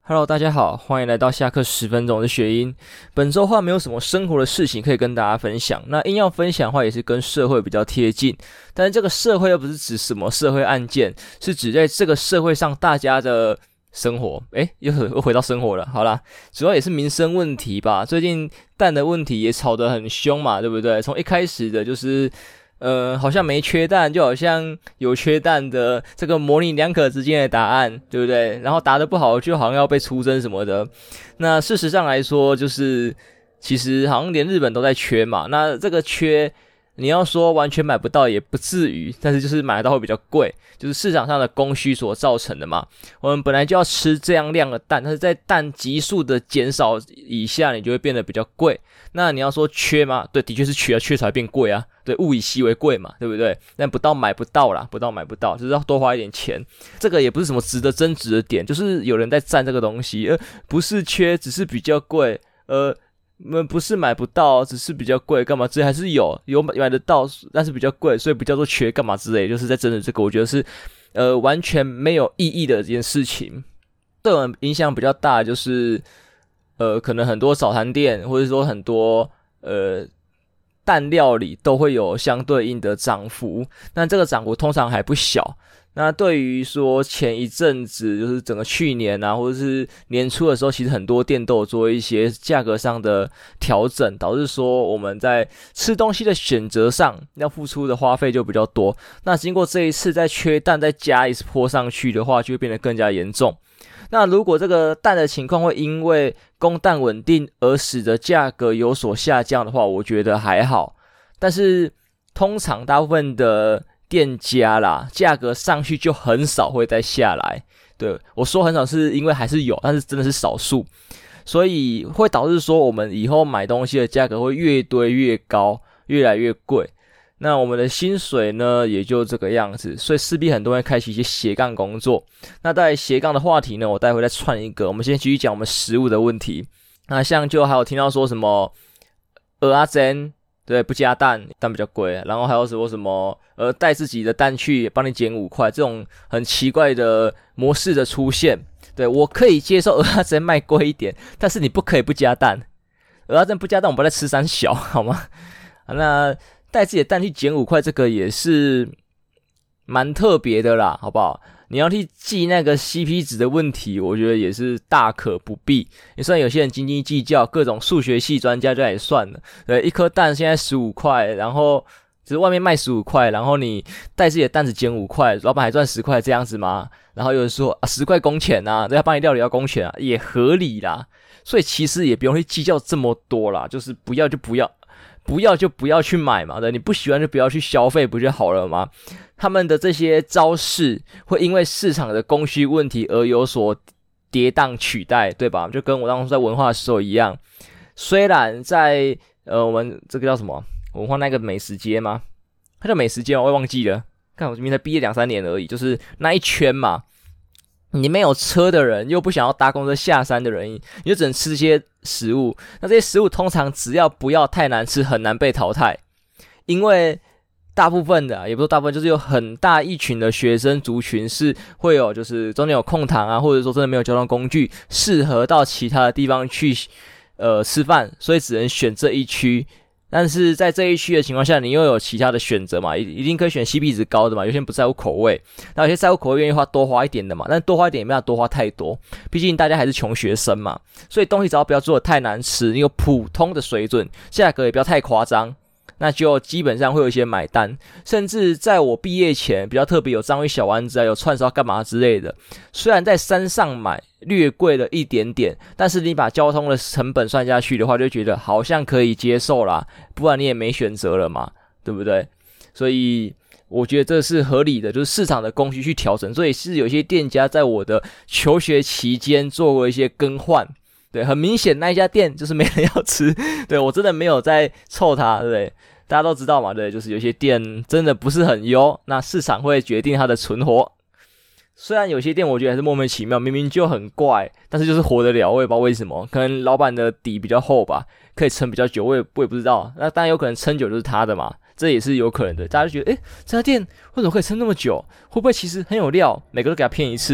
Hello，大家好，欢迎来到下课10分钟的学音。本周的话没有什么生活的事情可以跟大家分享，那硬要分享的话也是跟社会比较贴近，但是这个社会又不是指什么社会案件，是指在这个社会上大家的生活。又回到生活了，好啦，主要也是民生问题吧。最近蛋的问题也吵得很凶嘛，对不对？从一开始的就是好像没缺蛋，就好像有缺蛋的这个模棱两可之间的答案，对不对？然后答得不好，就好像要被出征什么的。那事实上来说，就是其实好像连日本都在缺嘛。那这个缺，你要说完全买不到也不至于，但是就是买得到会比较贵，就是市场上的供需所造成的嘛。我们本来就要吃这样量的蛋，但是在蛋急速的减少以下，你就会变得比较贵。那你要说缺吗？对，的确是缺啊，缺才变贵啊。对，物以稀为贵嘛，对不对？但不到买不到啦，不到买不到，就是要多花一点钱。这个也不是什么值得争执的点，就是有人在占这个东西，不是缺，只是比较贵，不是买不到，只是比较贵，干嘛之类，还是有买得到，但是比较贵，所以不叫做缺，干嘛之类，就是在争执这个，我觉得是完全没有意义的这件事情。对我们影响比较大，就是可能很多早餐店，或者说很多蛋料理都会有相对应的涨幅，那这个涨幅通常还不小。那对于说前一阵子，就是整个去年啊，或者是年初的时候，其实很多店都有做一些价格上的调整，导致说我们在吃东西的选择上要付出的花费就比较多。那经过这一次再缺蛋再加一次泼上去的话，就会变得更加严重。那如果这个蛋的情况会因为供蛋稳定而使得价格有所下降的话，我觉得还好。但是通常大部分的店家啦，价格上去就很少会再下来。对，我说很少是因为还是有，但是真的是少数，所以会导致说我们以后买东西的价格会越堆越高，越来越贵。那我们的薪水呢，也就这个样子，所以势必很多人开启一些斜杠工作。那在斜杠的话题呢，我待会再串一个。我们先继续讲我们食物的问题。那像就还有听到说什么蚵仔煎，对，不加蛋，蛋比较贵。然后还有什么带自己的蛋去帮你减5块，这种很奇怪的模式的出现。对，我可以接受蚵仔煎卖贵一点，但是你不可以不加蛋。蚵仔煎不加蛋，我们不在吃三小，好吗？那带自己的蛋去减5块，这个也是蛮特别的啦，好不好？你要去记那个 CP 值的问题，我觉得也是大可不必。也算有些人斤斤计较，各种数学系专家就也算了。对，一颗蛋现在15块，然后就是外面卖15块，然后你带自己的蛋子减5块，老板还赚10块，这样子吗？然后有人说10块工钱啊，对，他帮你料理要工钱啊，也合理啦。所以其实也不用去计较这么多啦，就是不要就不要。不要就不要去买嘛，对，你不喜欢就不要去消费，不就好了吗？他们的这些招式会因为市场的供需问题而有所跌宕取代，对吧？就跟我当初在文化的时候一样，虽然在我们这个叫什么文化那个美食街吗？它叫美食街吗？我也忘记了。看我明明才毕业2-3年而已，就是那一圈嘛。你没有车的人，又不想要搭公车下山的人，你就只能吃这些食物。那这些食物通常只要不要太难吃，很难被淘汰。因为大部分的，也不是大部分，就是有很大一群的学生族群是会有，就是中间有空堂啊，或者说真的没有交通工具，适合到其他的地方去吃饭，所以只能选这一区。但是在这一区的情况下，你又有其他的选择嘛，一定可以选 CP 值高的嘛，有些人不在乎口味，那有些在乎口味愿意多花一点的嘛，但多花一点也没办法多花太多，毕竟大家还是穷学生嘛，所以东西只要不要做的太难吃，你有普通的水准，价格也不要太夸张，那就基本上会有一些买单。甚至在我毕业前比较特别，有章鱼小丸子啊，有串烧干嘛之类的，虽然在山上买略贵了一点点，但是你把交通的成本算下去的话，就觉得好像可以接受啦，不然你也没选择了嘛，对不对？所以我觉得这是合理的，就是市场的供需去调整。所以是有些店家在我的求学期间做过一些更换，对，很明显那一家店就是没人要吃，对，我真的没有在臭它，对不对？大家都知道嘛，对，就是有些店真的不是很优，那市场会决定它的存活。虽然有些店我觉得还是莫名其妙，明明就很怪，但是就是活得了，我也不知道为什么，可能老板的底比较厚吧，可以撑比较久，我也不知道。那当然有可能撑久就是他的嘛，这也是有可能的。大家就觉得，这家店为什么可以撑那么久？会不会其实很有料？每个都给他骗一次，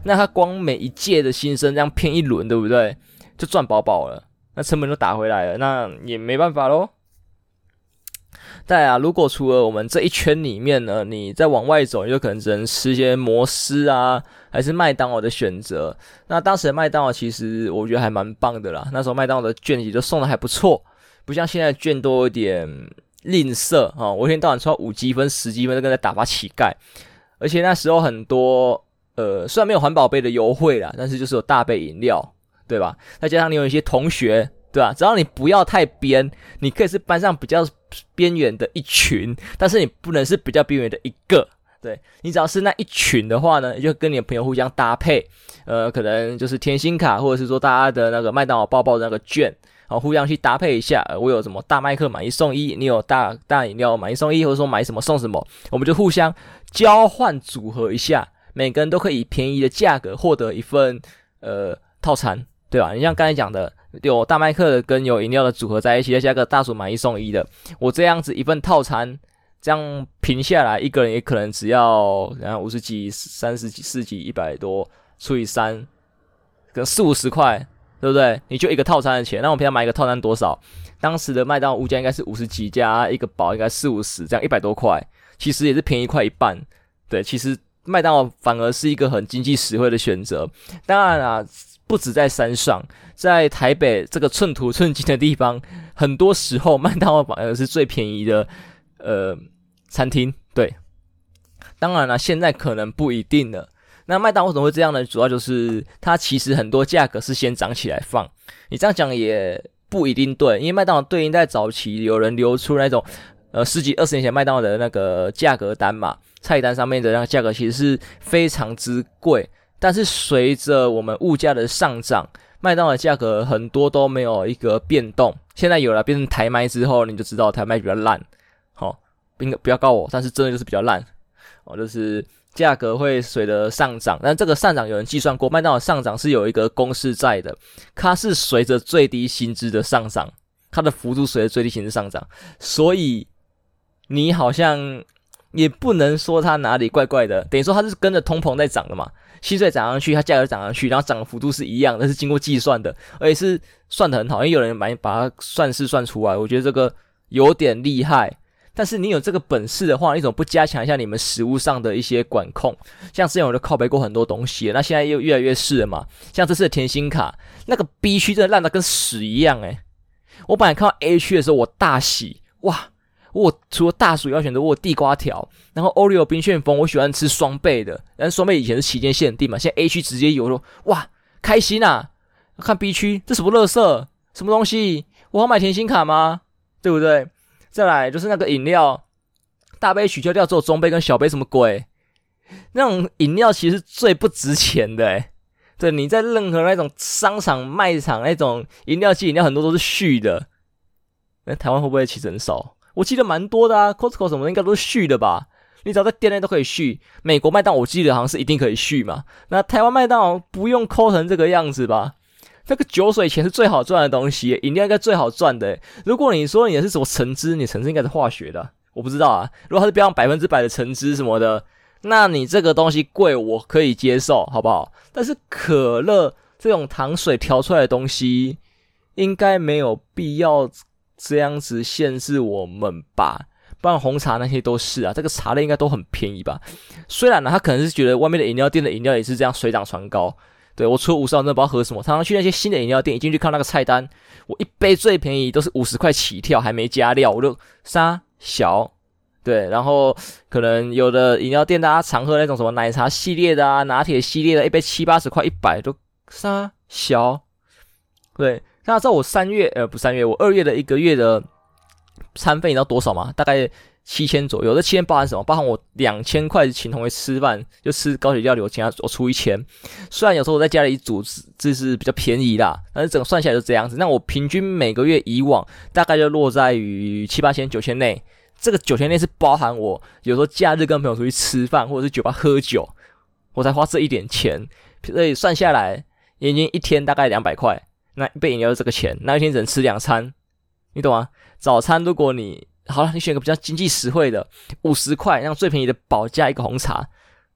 那他光每一届的新生这样骗一轮，对不对？就赚饱饱了，那成本就打回来了，那也没办法咯。再来啊，如果除了我们这一圈里面呢，你再往外走，你就可能只能吃一些摩斯啊，还是麦当劳的选择。那当时的麦当劳其实我觉得还蛮棒的啦，那时候麦当劳的券也就送的还不错，不像现在的券都有点吝啬啊，我一天到晚抽5积分、10积分，都跟在打发乞丐。而且那时候很多虽然没有环保杯的优惠啦，但是就是有大杯饮料，对吧？再加上你有一些同学，对吧？只要你不要太边，你可以是班上比较边缘的一群，但是你不能是比较边缘的一个。对，你只要是那一群的话呢，你就跟你的朋友互相搭配，可能就是甜心卡，或者是说大家的那个麦当劳包包的那个券，互相去搭配一下。我有什么大麦克买1送1，你有大饮料买1送1，或者说买什么送什么，我们就互相交换组合一下，每个人都可以以便宜的价格获得一份套餐，对吧？你像刚才讲的，有大麦克的跟有饮料的组合在一起，再加个大薯买1送1的，我这样子一份套餐，这样平下来，一个人也可能只要50几、30几、40几、100多除以3，可能40-50块，对不对？你就一个套餐的钱，那我平常买一个套餐多少？当时的麦当劳物价应该是50几，加一个堡应该40-50，这样100多块，其实也是便宜快一半。对，其实麦当劳反而是一个很经济实惠的选择。当然啦，不止在山上，在台北这个寸土寸金的地方，很多时候麦当劳反而是最便宜的餐厅。对，当然啦，现在可能不一定了。那麦当劳为什么会这样呢？主要就是它其实很多价格是先涨起来放，你这样讲也不一定对，因为麦当劳对应在早期有人流出那种10几20年前麦当劳的那个价格单嘛，菜单上面的那个价格其实是非常之贵，但是随着我们物价的上涨，麦当劳的价格很多都没有一个变动。现在有了变成台麦之后，你就知道台麦比较烂，不要告我，但是真的就是比较烂，就是价格会随着上涨，但这个上涨有人计算过，麦当劳上涨是有一个公式在的，它是随着最低薪资的上涨，它的幅度随着最低薪资上涨，所以你好像也不能说它哪里怪怪的，等于说它是跟着通膨在涨的嘛，薪水涨上去，它价格涨上去，然后涨的幅度是一样的，是经过计算的，而且是算得很好，因为有人把它算出来，我觉得这个有点厉害。但是你有这个本事的话，你怎么不加强一下你们食物上的一些管控？像之前我就靠北过很多东西了，那现在又越来越是了嘛。像这次的甜心卡，那个 B 区真的烂得跟屎一样欸。我本来看到 A 区的时候，我大喜，哇！我除了大薯要选择，我有地瓜条，然后 Oreo 冰旋风，我喜欢吃双倍的，但是双倍以前是期间限定嘛，现在 A 区直接有了，哇，开心啊！看 B 区，这什么垃圾？什么东西？我要买甜心卡吗？对不对？再来就是那个饮料，大杯取消掉，只有中杯跟小杯，什么鬼？那种饮料其实最不值钱的欸。对，你在任何那种商场、卖场那种饮料机饮料，很多都是续的。台湾会不会其实很少？我记得蛮多的啊 ，Costco 什么的应该都是续的吧？你只要在店内都可以续。美国麦当劳我记得好像是一定可以续嘛。那台湾麦当劳不用抠成这个样子吧？那个酒水钱是最好赚的东西，饮料应该最好赚的。如果你说你的是什么橙汁，你橙汁应该是化学的，我不知道啊。如果它是标上100%的橙汁什么的，那你这个东西贵我可以接受，好不好？但是可乐这种糖水调出来的东西，应该没有必要这样子限制我们吧？不然红茶那些都是啊，这个茶类应该都很便宜吧？虽然呢，他可能是觉得外面的饮料店的饮料也是这样水涨船高。对，我除了50毫升真的不知道喝什么，常常去那些新的饮料店，一进去看那个菜单，我一杯最便宜都是50块起跳，还没加料，我就傻小。对，然后可能有的饮料店大家常喝那种什么奶茶系列的啊、拿铁系列的，一杯70-80块100都傻小。对，大家知道我我2月的一个月的餐费你知道多少吗？大概7000左右，这7000包含什么？包含我2000块请同学吃饭，就吃高级料理，我请他我出1000。虽然有时候我在家里煮，这是比较便宜啦，但是整个算下来就这样子。那我平均每个月以往大概就落在于7-8千、9000内。这个9000内是包含我有时候假日跟朋友出去吃饭，或者是酒吧喝酒，我才花这一点钱。所以算下来，已经一天大概200块。那一杯饮料是这个钱，那一天只能吃2餐，你懂吗？早餐如果你好了，你选个比较经济实惠的，50块，让最便宜的宝加一个红茶，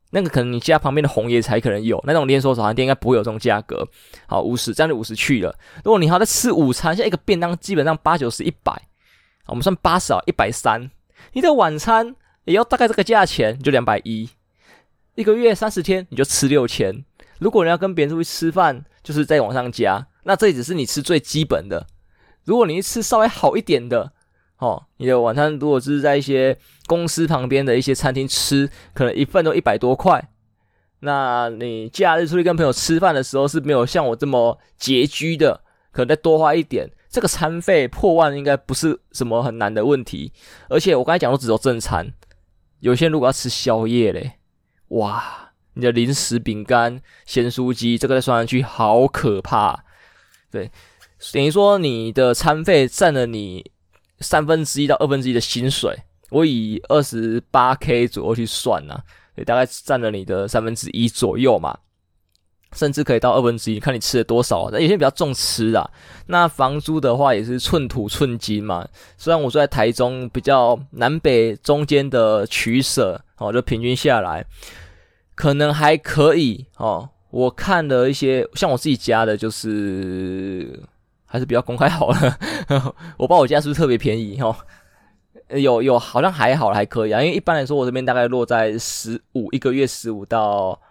那个可能你家旁边的红爷才可能有，那种连锁早餐店应该不会有这种价格。好，50，这样就50去了。如果你还要再吃午餐，像一个便当基本上80、90、100，我们算80啊，130，你的晚餐也要大概这个价钱，你就210，一个月30天你就吃6000。如果你要跟别人出去吃饭，就是再往上加，那这只是你吃最基本的。如果你吃稍微好一点的，你的晚餐如果是在一些公司旁边的一些餐厅吃，可能一份都100多块。那你假日出去跟朋友吃饭的时候是没有像我这么拮据的，可能再多花一点，这个餐费破万应该不是什么很难的问题。而且我刚才讲都只有正餐，有些人如果要吃宵夜嘞，哇，你的零食、饼干、咸酥鸡，这个再算上去好可怕。对，等于说你的餐费占了你1/3到1/2的薪水，我以28K 左右去算啊，大概占了你的1/3左右嘛，甚至可以到1/2，看你吃了多少。有些人比较重吃啊，那房租的话也是寸土寸金嘛。虽然我住在台中，比较南北中间的取舍，就平均下来可能还可以哦。我看了一些，像我自己家的，就是还是比较公开好了。我不知道我家是不是特别便宜哦。有好像还好，还可以啊。因为一般来说，我这边大概落在15，一个月15到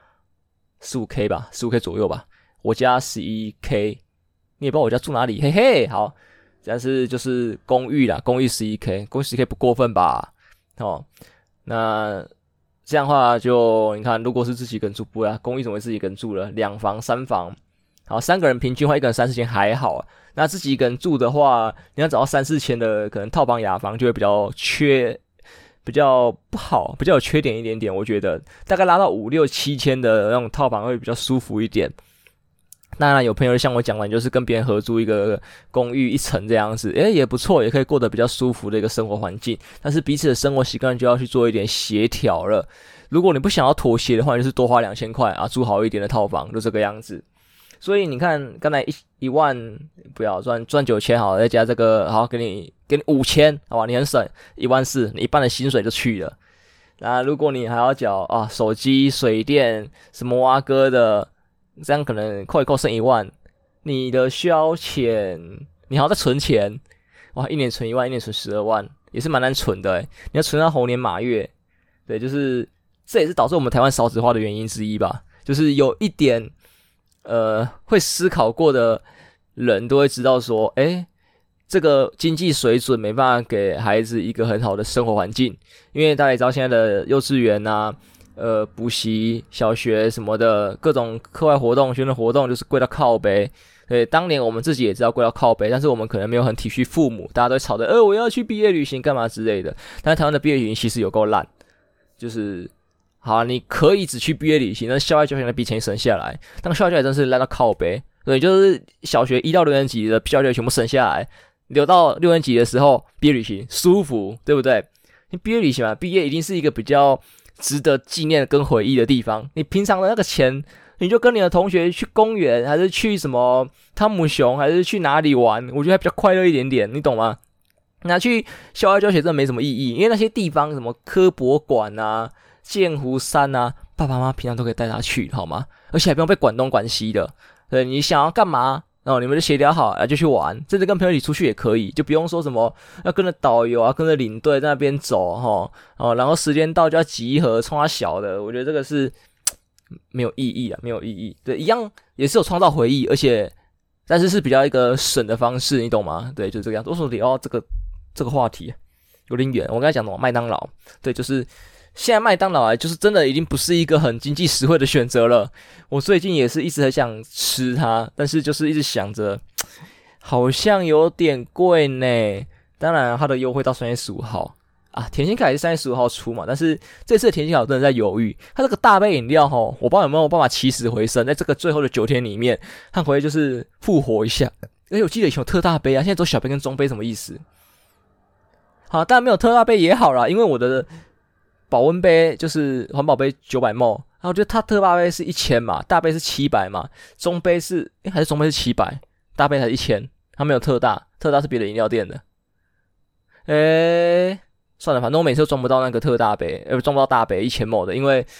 15K 吧，15K 左右吧。我家11K，你也不知道我家住哪里，嘿嘿。好，但是就是公寓啦，公寓11K， 公寓11K 不过分吧？那这样的话就你看，如果是自己一个人住，不啊，公寓怎么会自己一个人住了？2房、3房，好，3个人平均的话，一个人3、4千还好啊。那自己一个人住的话，你要找到3、4千的，可能套房、雅房就会比较不好，比较有缺点一点点。我觉得大概拉到5、6、7千的那种套房会比较舒服一点。当然有朋友像我讲的，就是跟别人合租一个公寓1层这样子，也不错，也可以过得比较舒服的一个生活环境。但是彼此的生活习惯就要去做一点协调了。如果你不想要妥协的话，就是多花2000块啊，住好一点的套房，就这个样子。所以你看，刚才一万不要赚9000好了，再加这个好，给你5000，好吧，你很省，14000，你一半的薪水就去了。那如果你还要缴手机、水电什么挖哥的，这样可能扣一扣剩1万，你的消遣你还要再存钱，哇，一年存1万，一年存12万，也是蛮难存的你要存到猴年马月，对，就是这也是导致我们台湾少子化的原因之一吧。就是有一点会思考过的人都会知道说，这个经济水准没办法给孩子一个很好的生活环境，因为大家也知道现在的幼稚园啊。补习、小学什么的各种课外活动、学生活动，就是贵到靠北。对，当年我们自己也知道贵到靠北，但是我们可能没有很体恤父母，大家都会吵着，我要去毕业旅行干嘛之类的。但是台湾的毕业旅行其实有够烂，就是好，你可以只去毕业旅行，但是校外教学的笔钱省下来，但校外教学真是烂到靠北。对，就是小学1到6年级的校外教学全部省下来，留到6年级的时候毕业旅行舒服，对不对？你毕业旅行嘛，毕业一定是一个比较值得纪念跟回忆的地方。你平常的那个钱，你就跟你的同学去公园，还是去什么汤姆熊，还是去哪里玩，我觉得还比较快乐一点点，你懂吗？拿去校外教学真的没什么意义，因为那些地方什么科博馆啊、剑湖山啊，爸爸妈妈平常都可以带他去，好吗？而且还不用被管东管西的。对，你想要干嘛？你们就协调好，就去玩，甚至跟朋友一起出去也可以，就不用说什么要跟着导游啊，跟着领队在那边走然后时间到就要集合，冲他小的，我觉得这个是没有意义啊，没有意义。对，一样也是有创造回忆，但是是比较一个省的方式，你懂吗？对，就这个样子。为什么聊到这个话题有点远？我刚才讲什么？麦当劳，对，就是现在麦当劳就是真的已经不是一个很经济实惠的选择了。我最近也是一直很想吃它，但是就是一直想着好像有点贵呢。当然它的优惠到3月15号啊，甜心卡也是3月15号出嘛，但是这次的甜心卡我真的在犹豫。它这个大杯饮料我不知道有没有办法起死回生，在这个最后的9天里面看回就是复活一下。我记得以前有特大杯啊，现在都小杯跟中杯，什么意思？好，当然没有特大杯也好啦，因为我的保温杯就是环保杯900ml，然后我觉得它特大杯是1000嘛，大杯是700嘛，中杯是还是中杯是700，大杯才是1000，它没有特大是别的饮料店的。算了，反正我每次都装不到那个特大杯，装不到大杯1000ml的，因为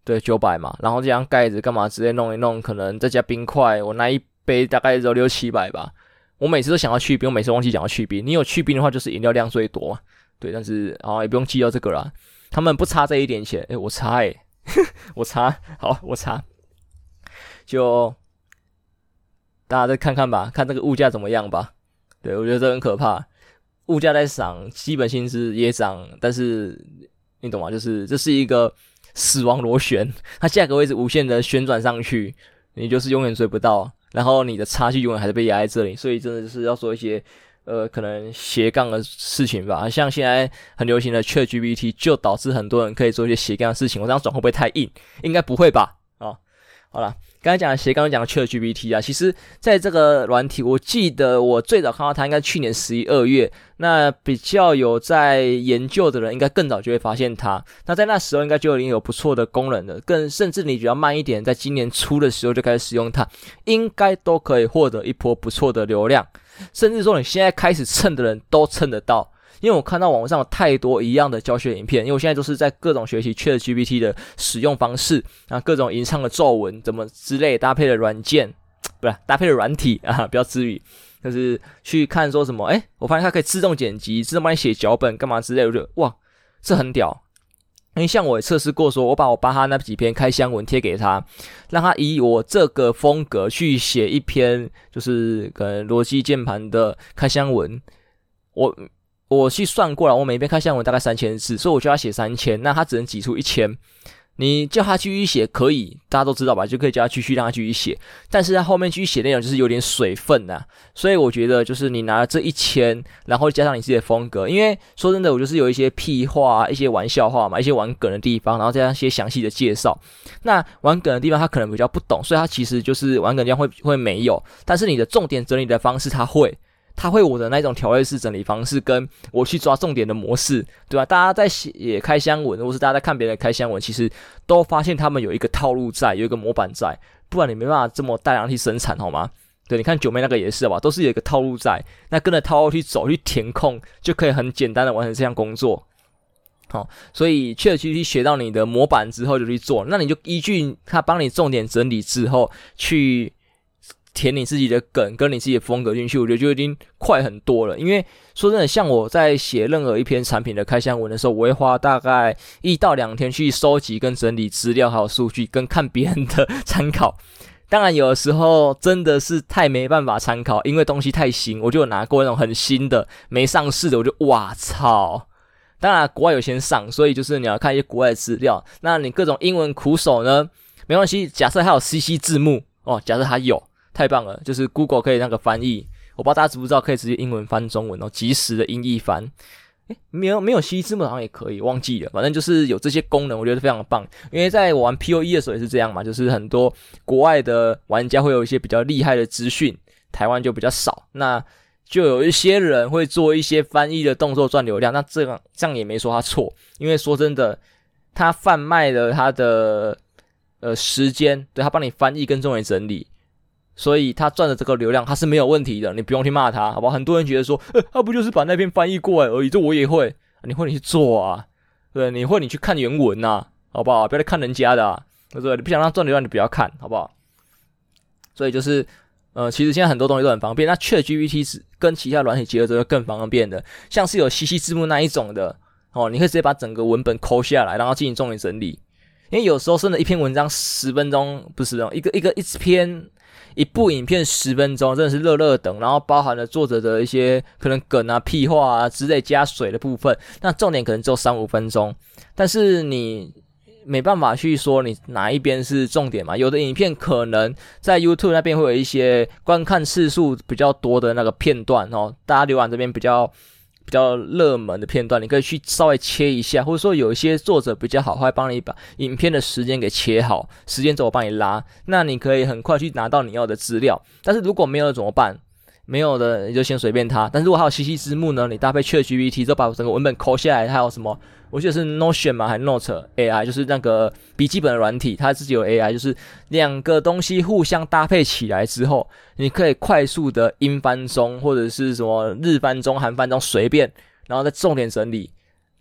对，900嘛，然后这样盖子干嘛直接弄一弄，可能再加冰块，我那一杯大概只有600-700吧。我每次都想要去冰，我每次忘记讲要去冰。你有去冰的话，就是饮料量最多嘛。对，但是也不用计较这个啦。他们不差这一点钱，我差我差，好，我差。就大家再看看吧，看这个物价怎么样吧。对，我觉得这很可怕。物价在涨，基本薪资也涨，但是你懂吗？就是这是一个死亡螺旋，它价格会一直无限的旋转上去，你就是永远追不到，然后你的差距永远还是被压在这里。所以真的是要说一些可能斜杠的事情吧。像现在很流行的 ChatGPT 就导致很多人可以做一些斜杠的事情。我这样转会不会太硬？应该不会吧？好啦，刚才讲的斜杠讲的 ChatGPT 啊，其实在这个软体，我记得我最早看到它应该去年11、2月，那比较有在研究的人应该更早就会发现它。那在那时候应该就已经有不错的功能了，甚至你比较慢一点，在今年初的时候就开始使用它，应该都可以获得一波不错的流量，甚至说你现在开始蹭的人都蹭得到。因为我看到网上有太多一样的教学影片，因为我现在都是在各种学习 ChatGPT 的使用方式啊，各种吟唱的咒文怎么之类搭配的软件，不是搭配的软体啊，不要至于，就是去看说什么，我发现它可以自动剪辑，自动帮你写脚本干嘛之类的，我觉得哇，这很屌。因为像我也测试过说，我把他那几篇开箱文贴给他，让他以我这个风格去写一篇就是可能逻辑键盘的开箱文，我去算过了，我每篇开箱文大概3000字，所以我叫他写3000，那他只能挤出1000。你叫他继续写可以，大家都知道吧，就可以叫他继续让他继续写，但是他后面继续写内容就是有点水分啊，所以我觉得就是你拿了这1000，然后加上你自己的风格，因为说真的，我就是有一些屁话、一些玩笑话嘛，一些玩梗的地方，然后再加一些详细的介绍。那玩梗的地方他可能比较不懂，所以他其实就是玩梗地方会没有，但是你的重点整理的方式他会我的那种条列式整理方式，跟我去抓重点的模式，对吧？大家在写开箱文，或是大家在看别人的开箱文，其实都发现他们有一个套路在，有一个模板在，不然你没办法这么大量去生产，好吗？对，你看九妹那个也是吧，都是有一个套路在，那跟着套路去走，去填空，就可以很简单的完成这项工作。好，所以 ChatGPT 学到你的模板之后就去做，那你就依据他帮你重点整理之后去填你自己的梗跟你自己的风格进去，我觉得就已经快很多了。因为说真的，像我在写任何一篇产品的开箱文的时候，我会花大概1到2天去收集跟整理资料还有数据，跟看别人的参考。当然有的时候真的是太没办法参考，因为东西太新，我就有拿过那种很新的没上市的，我就哇操。当然国外有先上，所以就是你要看一些国外的资料。那你各种英文苦手呢，没关系，假设还有 CC 字幕假设它有，太棒了，就是 Google 可以那个翻译，我不知道大家知不知道，可以直接英文翻中文即时的音译翻。没有 CC 字幕好像也可以，忘记了，反正就是有这些功能，我觉得非常棒。因为在我玩 PoE 的时候也是这样嘛，就是很多国外的玩家会有一些比较厉害的资讯，台湾就比较少，那就有一些人会做一些翻译的动作赚流量，那这样也没说他错，因为说真的，他贩卖了他的时间，对，他帮你翻译跟重点整理。所以他赚的这个流量他是没有问题的，你不用去骂他，好不好？很多人觉得说，他不就是把那篇翻译过来而已，这我也会，你会你去做啊，对，你会你去看原文啊，好不好？不要再看人家的啊，对不对？你不想让他赚流量，你不要看，好不好？所以就是其实现在很多东西都很方便，那 ChatGPT 跟其他软体结合之后更方便的，像是有 CC 字幕那一种的你可以直接把整个文本抠下来，然后进行重点整理。因为有时候真的一篇文章10分钟，不是一部影片10分钟，真的是热等，然后包含了作者的一些可能梗啊、屁话啊之类加水的部分，那重点可能只有3-5分钟，但是你没办法去说你哪一边是重点嘛。有的影片可能在 YouTube 那边会有一些观看次数比较多的那个片段大家浏览这边比较热门的片段，你可以去稍微切一下，或者说有一些作者比较好，会帮你把影片的时间给切好，时间轴我帮你拉，那你可以很快去拿到你要的资料。但是如果没有的怎么办？没有的你就先随便它。但是如果还有 CC 字幕呢，你搭配 ChatGPT 之后把整个文本抠下来，还有什么？我记得是 Notion 嘛，还是 Note AI， 就是那个笔记本的软体，它自己有 AI， 就是2个东西互相搭配起来之后，你可以快速的英翻中或者是什么日翻中、韩翻中随便，然后再重点整理，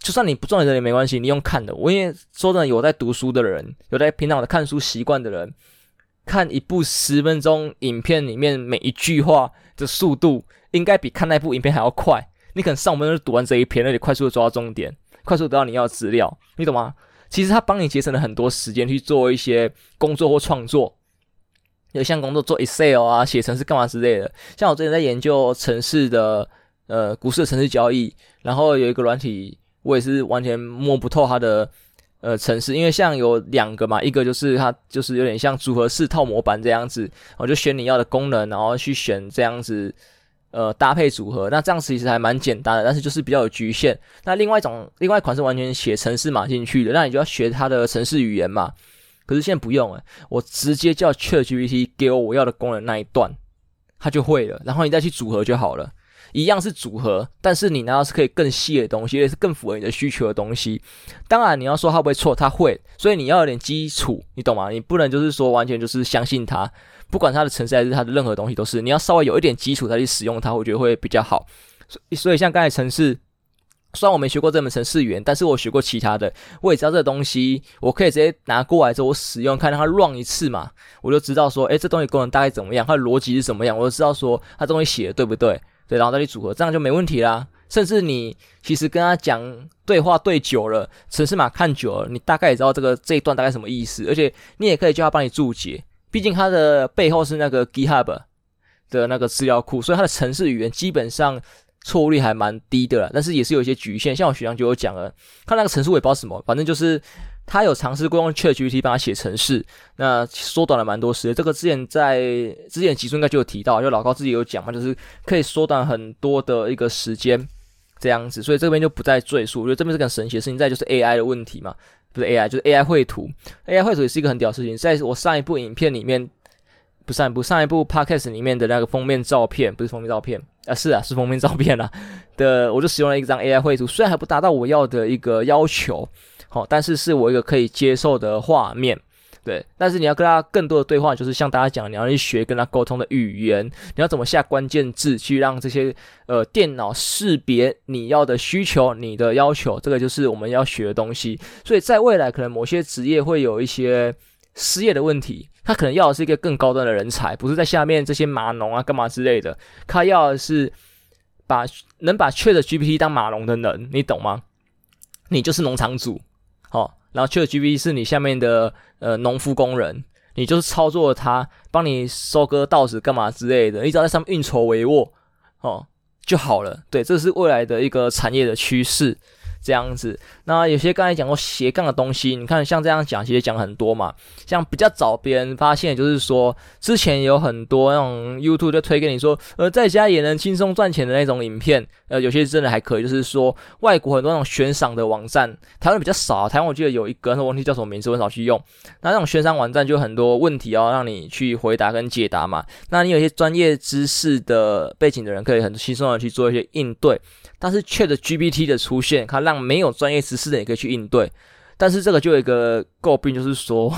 就算你不赚钱也没关系，你用看的。我因为说真的，有在读书的人，有在平常的看书习惯的人，看一部10分钟影片里面每一句话的速度，应该比看那部影片还要快。你可能上5分钟就读完这一篇，而且快速的抓到重点，快速得到你要的资料，你懂吗？其实他帮你节省了很多时间去做一些工作或创作，有项工作做 Excel 啊、写程式干嘛之类的。像我之前在研究程式的股市的程式交易，然后有一个软体，我也是完全摸不透它的程式，因为像有2个嘛，一个就是它就是有点像组合式套模板这样子，我就选你要的功能，然后去选这样子搭配组合，那这样其实还蛮简单的，但是就是比较有局限。那另外一款是完全写程式码进去的，那你就要学它的程式语言嘛。可是现在不用我直接叫 ChatGPT 给我要的功能那一段，它就会了，然后你再去组合就好了。一样是组合，但是你拿到是可以更细的东西，也是更符合你的需求的东西。当然你要说它会不会错，它会，所以你要有点基础，你懂吗？你不能就是说完全就是相信它，不管它的程式还是它的任何东西都是，你要稍微有一点基础才去使用它，我觉得会比较好。所以像刚才程式，虽然我没学过这门程式语言，但是我学过其他的，我也知道这个东西我可以直接拿过来之后我使用，看它 run 一次嘛，我就知道说这东西功能大概怎么样，它的逻辑是怎么样，我就知道说它东西写的对不对，对，然后再去组合，这样就没问题啦。甚至你其实跟他讲对话对久了，程式码看久了，你大概也知道这一段大概什么意思，而且你也可以叫他帮你注解，毕竟它的背后是那个 GitHub 的那个资料库，所以它的程式语言基本上错误率还蛮低的啦，但是也是有一些局限。像我学长就有讲了，看那个程式我也不知道什么，反正就是他有尝试过用 ChatGPT 帮他写程式，那缩短了蛮多时间。这个之前的集数应该就有提到，就老高自己有讲嘛，就是可以缩短很多的一个时间这样子，所以这边就不再赘述。我觉得这边是个很神奇的事情，再就是 AI 的问题嘛，不是 AI 就是 AI 绘图，AI 绘图也是一个很屌的事情。在我上一部影片里面，上一部 podcast 里面的那个封面照片，不是封面照片是封面照片啦的，我就使用了一张 AI 绘图，虽然还不达到我要的一个要求，但是我一个可以接受的画面。对，但是你要跟他更多的对话，就是像大家讲，你要去学跟他沟通的语言，你要怎么下关键字去让这些电脑识别你要的需求、你的要求，这个就是我们要学的东西。所以在未来可能某些职业会有一些失业的问题，他可能要的是一个更高端的人才，不是在下面这些码农啊干嘛之类的，他要的是能把 ChatGPT 当码农的人，你懂吗？你就是农场主，然后 ChatGPT 是你下面的农夫工人，你就是操作它，帮你收割稻子干嘛之类的，你只要在上面运筹帷幄就好了。对，这是未来的一个产业的趋势。这样子，那有些刚才讲过斜杠的东西，你看像这样讲，其实讲很多嘛。像比较早别人发现，就是说之前有很多那种 YouTube 就推给你说，在家也能轻松赚钱的那种影片，有些真的还可以。就是说外国很多那种悬赏的网站，台湾比较少，台湾我记得有一个，但是我忘记叫什么名字，我很少去用。那种悬赏网站就很多问题要让你去回答跟解答嘛。那你有一些专业知识的背景的人，可以很轻松的去做一些应对。但是 ChatGPT 的出现，它让没有专业知识的也可以去应对。但是这个就有一个诟病，就是说，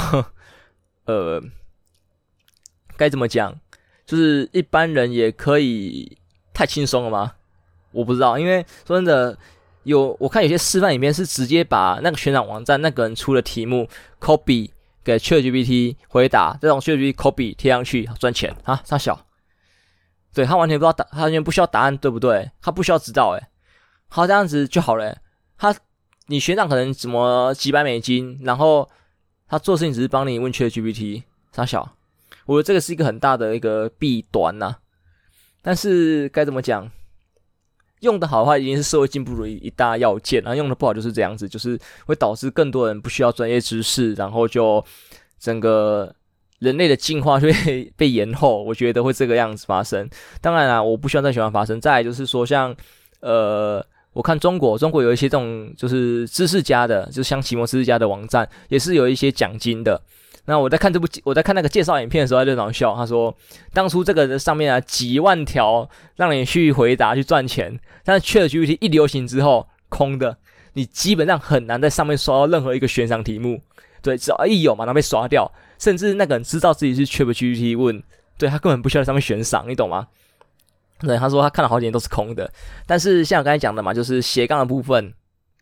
该怎么讲？就是一般人也可以太轻松了吗？我不知道，因为说真的，我看有些示范影片是直接把那个悬赏网站那个人出的题目 copy 给 ChatGPT 回答，这种 ChatGPT copy 贴上去赚钱啊，差小。对，他完全不知道他完全不需要答案，对不对？他不需要知道，好，这样子就好了。你学长可能怎么几百美金，然后他做事情只是帮你问 ChatGPT， 傻小。我觉得这个是一个很大的一个弊端呐。但是该怎么讲？用得好的话，已经是社会进步的一大要件，然后用得不好就是这样子，就是会导致更多人不需要专业知识，然后就整个人类的进化就会被延后，我觉得会这个样子发生。当然啦，我不希望这情况发生。再来就是说，像我看中国有一些这种就是知识家的，就是像奇摩知识家的网站，也是有一些奖金的。那我在看那个介绍影片的时候，他就很好笑，他说当初这个上面几万条让你去回答去赚钱，但是 ChatGPT 一流行之后，空的，你基本上很难在上面刷到任何一个悬赏题目。对，只要一有马上被刷掉，甚至那个人知道自己是 ChatGPT 问，对，他根本不需要在上面悬赏，你懂吗？对，他说他看了好几年都是空的。但是像我刚才讲的嘛，就是斜杠的部分，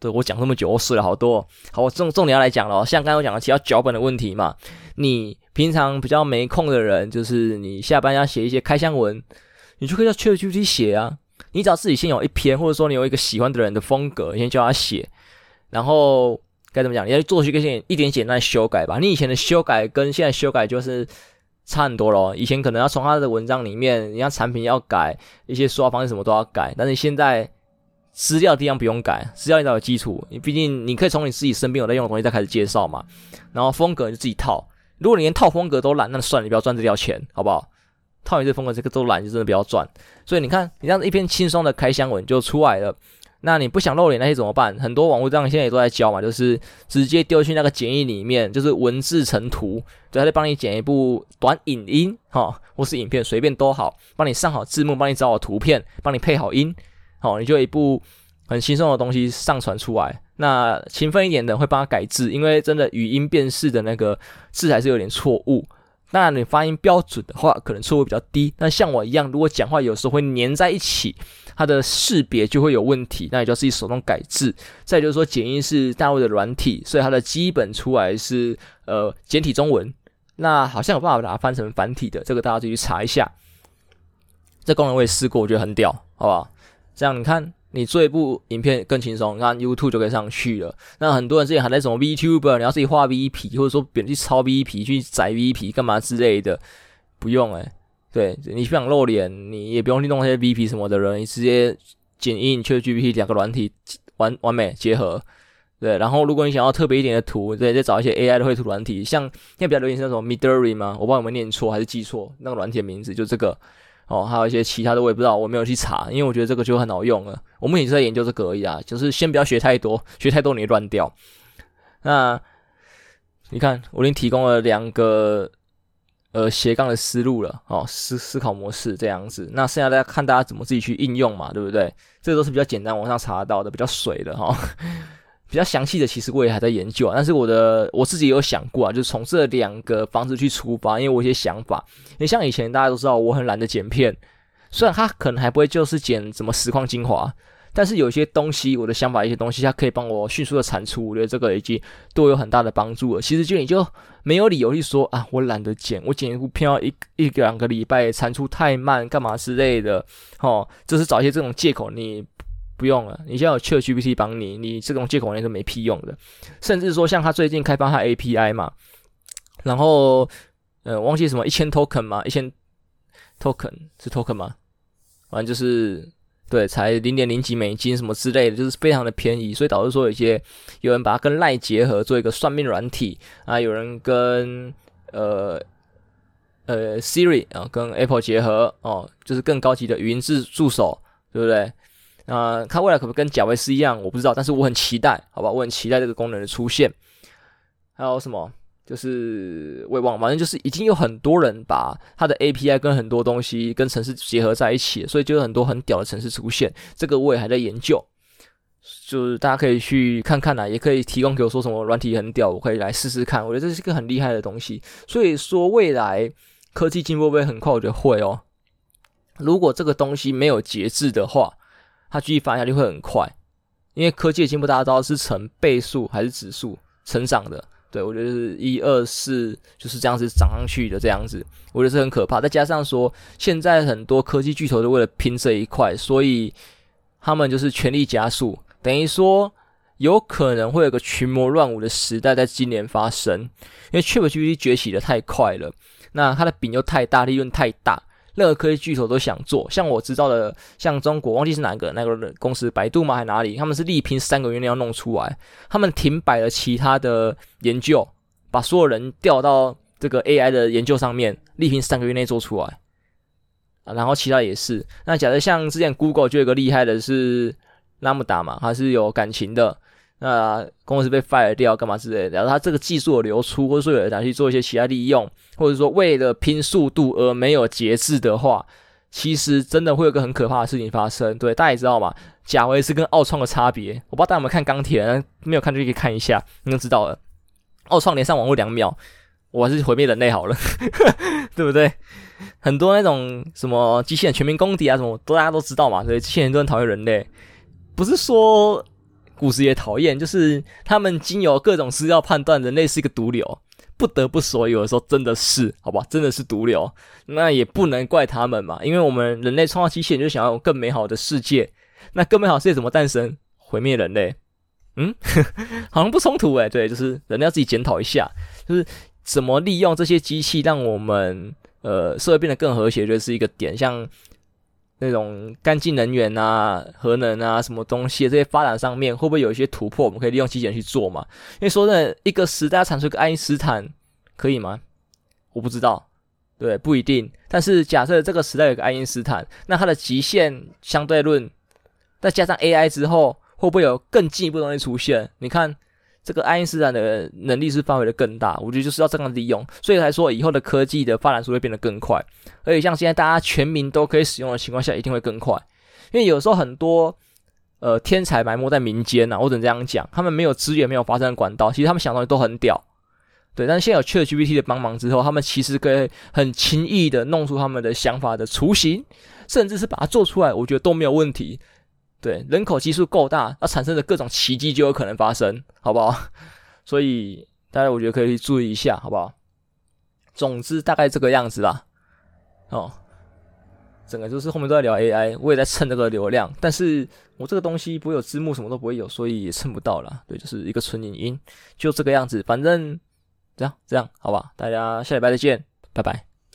对，我讲这么久，我水了好多。好，我重点要来讲了，像刚才我讲的提到脚本的问题嘛，你平常比较没空的人，就是你下班要写一些开箱文，你就可以叫 ChatGPT 写啊。你只要自己先有一篇，或者说你有一个喜欢的人的风格，你先叫他写，然后该怎么讲，你要做一点简单的修改吧。你以前的修改跟现在修改就是差很多咯，以前可能要从他的文章里面，你要产品要改，一些说话方式什么都要改，但是现在资料地方不用改，资料一定有基础，毕竟你可以从你自己身边有在用的东西再开始介绍嘛。然后风格你就自己套，如果你连套风格都懒，那算了，你不要赚这条钱，好不好？套你这风格这个都懒，就真的不要赚。所以你看，你这样一篇轻松的开箱文就出来了。那你不想露脸那些怎么办？很多网络上现在也都在教嘛，就是直接丢去那个剪映里面，就是文字成图，对，他就帮你剪一部短影音或是影片，随便都好，帮你上好字幕，帮你找好图片，帮你配好音，你就有一部很轻松的东西上传出来。那勤奋一点的会帮他改字，因为真的语音辨识的那个字还是有点错误。那你发音标准的话，可能错误比较低。那像我一样，如果讲话有时候会粘在一起，它的识别就会有问题，那你就要自己手动改字。再就是说，剪映是大陆的软体，所以它的基本出来是简体中文。那好像有办法把它翻成繁体的，这个大家自己去查一下。这功能我也试过，我觉得很屌，好不好？这样你看，你做一部影片更轻松，你看 YouTube 就可以上去了。那很多人之前还在什么 VTuber， 你要自己画 VP， 或者说别人去抄 VP 去载 VP 干嘛之类的，不用对，你不想露脸，你也不用去弄那些 VP 什么的人，你直接剪映 ChatGPT 两个软体完美结合。对，然后如果你想要特别一点的图，对，再找一些 AI 的绘图软体，像现在比较流行是那种 Midjourney 吗？我不知道有没有念错还是记错，那个软体的名字就这个。还有一些其他的我也不知道，我没有去查，因为我觉得这个就很好用了。我目前就在研究这个而已啊，就是先不要学太多，学太多你会乱掉。那你看，我已经提供了2个斜杠的思路了思考模式这样子。那剩下大家看大家怎么自己去应用嘛，对不对？这个都是比较简单网上查得到的，比较水的比较详细的其实我也还在研究但是我自己有想过就是从这2个方式去出发，因为我有一些想法。你像以前大家都知道我很懒得剪片，虽然它可能还不会就是剪什么实况精华，但是有一些东西我的想法一些东西它可以帮我迅速的产出，我觉得这个已经对我有很大的帮助了。其实你就没有理由去说我懒得剪，我剪一部片要1-2个礼拜，产出太慢干嘛之类的就是找一些这种借口，你不用了，你现在有 ChatGPT 帮你这种借口是没屁用的。甚至说像他最近开发他 API 嘛，然后忘记什么1000 token 嘛，1000 token 是 token 吗？反正就是对，才0.0几美金什么之类的，就是非常的便宜，所以导致说有人把它跟 LINE 结合做一个算命软体有人跟Siri 跟 Apple 结合就是更高级的语音助手，对不对？它未来可不可以跟贾维斯一样，我不知道，但是我很期待，好吧，我很期待这个功能的出现。还有什么？就是我也忘了，反正就是已经有很多人把它的 API 跟很多东西跟程式结合在一起了，所以就有很多很屌的程式出现。这个我也还在研究，就是大家可以去看看也可以提供给我说什么软体很屌，我可以来试试看。我觉得这是一个很厉害的东西，所以说未来科技进步会不会很快？我觉得会如果这个东西没有节制的话，它继续发展下去会很快，因为科技的进步大家知道是成倍数还是指数成长的。对，我觉得是1、2、4就是这样子涨上去的这样子，我觉得是很可怕。再加上说，现在很多科技巨头都为了拼这一块，所以他们就是全力加速，等于说有可能会有个群魔乱舞的时代在今年发生，因为 ChatGPT 崛起的太快了，那它的饼又太大，利润太大。任何科技巨头都想做，像我知道的，像中国忘记是哪个公司，百度吗还哪里，他们是力拼3个月内要弄出来，他们停摆了其他的研究，把所有人调到这个 AI 的研究上面，力拼3个月内做出来然后其他也是。那假设像之前 Google 就有一个厉害的是 Lambda 嘛，它是有感情的，那公司被 fire 掉干嘛之类的，然后它这个技术的流出，或者说有人拿去做一些其他利用，或者说为了拼速度而没有节制的话，其实真的会有一个很可怕的事情发生。对，大家也知道嘛，贾维斯跟奥创的差别，我不知道大家有没有看钢铁，没有看就可以看一下，你就知道了。奥创连上网络2秒，我还是毁灭人类好了对不对？很多那种什么机器人全民公敌什么大家都知道嘛，所以机器人都很讨厌人类，不是说故事也讨厌，就是他们经由各种资料判断人类是一个毒瘤，不得不说有的时候真的是，好吧，真的是毒瘤。那也不能怪他们嘛，因为我们人类创造机器人就想要有更美好的世界，那更美好的世界怎么诞生？毁灭人类。好像不冲突对，就是人类要自己检讨一下，就是怎么利用这些机器让我们社会变得更和谐，就是一个点。像那种干净能源啊、核能啊、什么东西这些发展上面，会不会有一些突破？我们可以利用机器人去做嘛？因为说真的，一个时代要产出一个爱因斯坦，可以吗？我不知道，对，不一定。但是假设这个时代有个爱因斯坦，那它的极限相对论，再加上 AI 之后，会不会有更进一步的东西出现？你看。这个爱因斯坦的能力是范围的更大，我觉得就是要这样利用，所以才说以后的科技的发展速度会变得更快，而且像现在大家全民都可以使用的情况下，一定会更快。因为有时候很多天才埋没在民间我只能这样讲，他们没有资源，没有发展的管道，其实他们想的东西都很屌，对。但是现在有 ChatGPT 的帮忙之后，他们其实可以很轻易的弄出他们的想法的雏形，甚至是把它做出来，我觉得都没有问题。对，人口基数够大，那产生的各种奇迹就有可能发生，好不好？所以大家我觉得可以注意一下，好不好？总之大概这个样子啦。整个就是后面都在聊 AI， 我也在蹭这个流量，但是我这个东西不会有字幕，什么都不会有，所以也蹭不到啦。对，就是一个纯影音，就这个样子，反正这样，好吧？大家下礼拜再见，拜拜。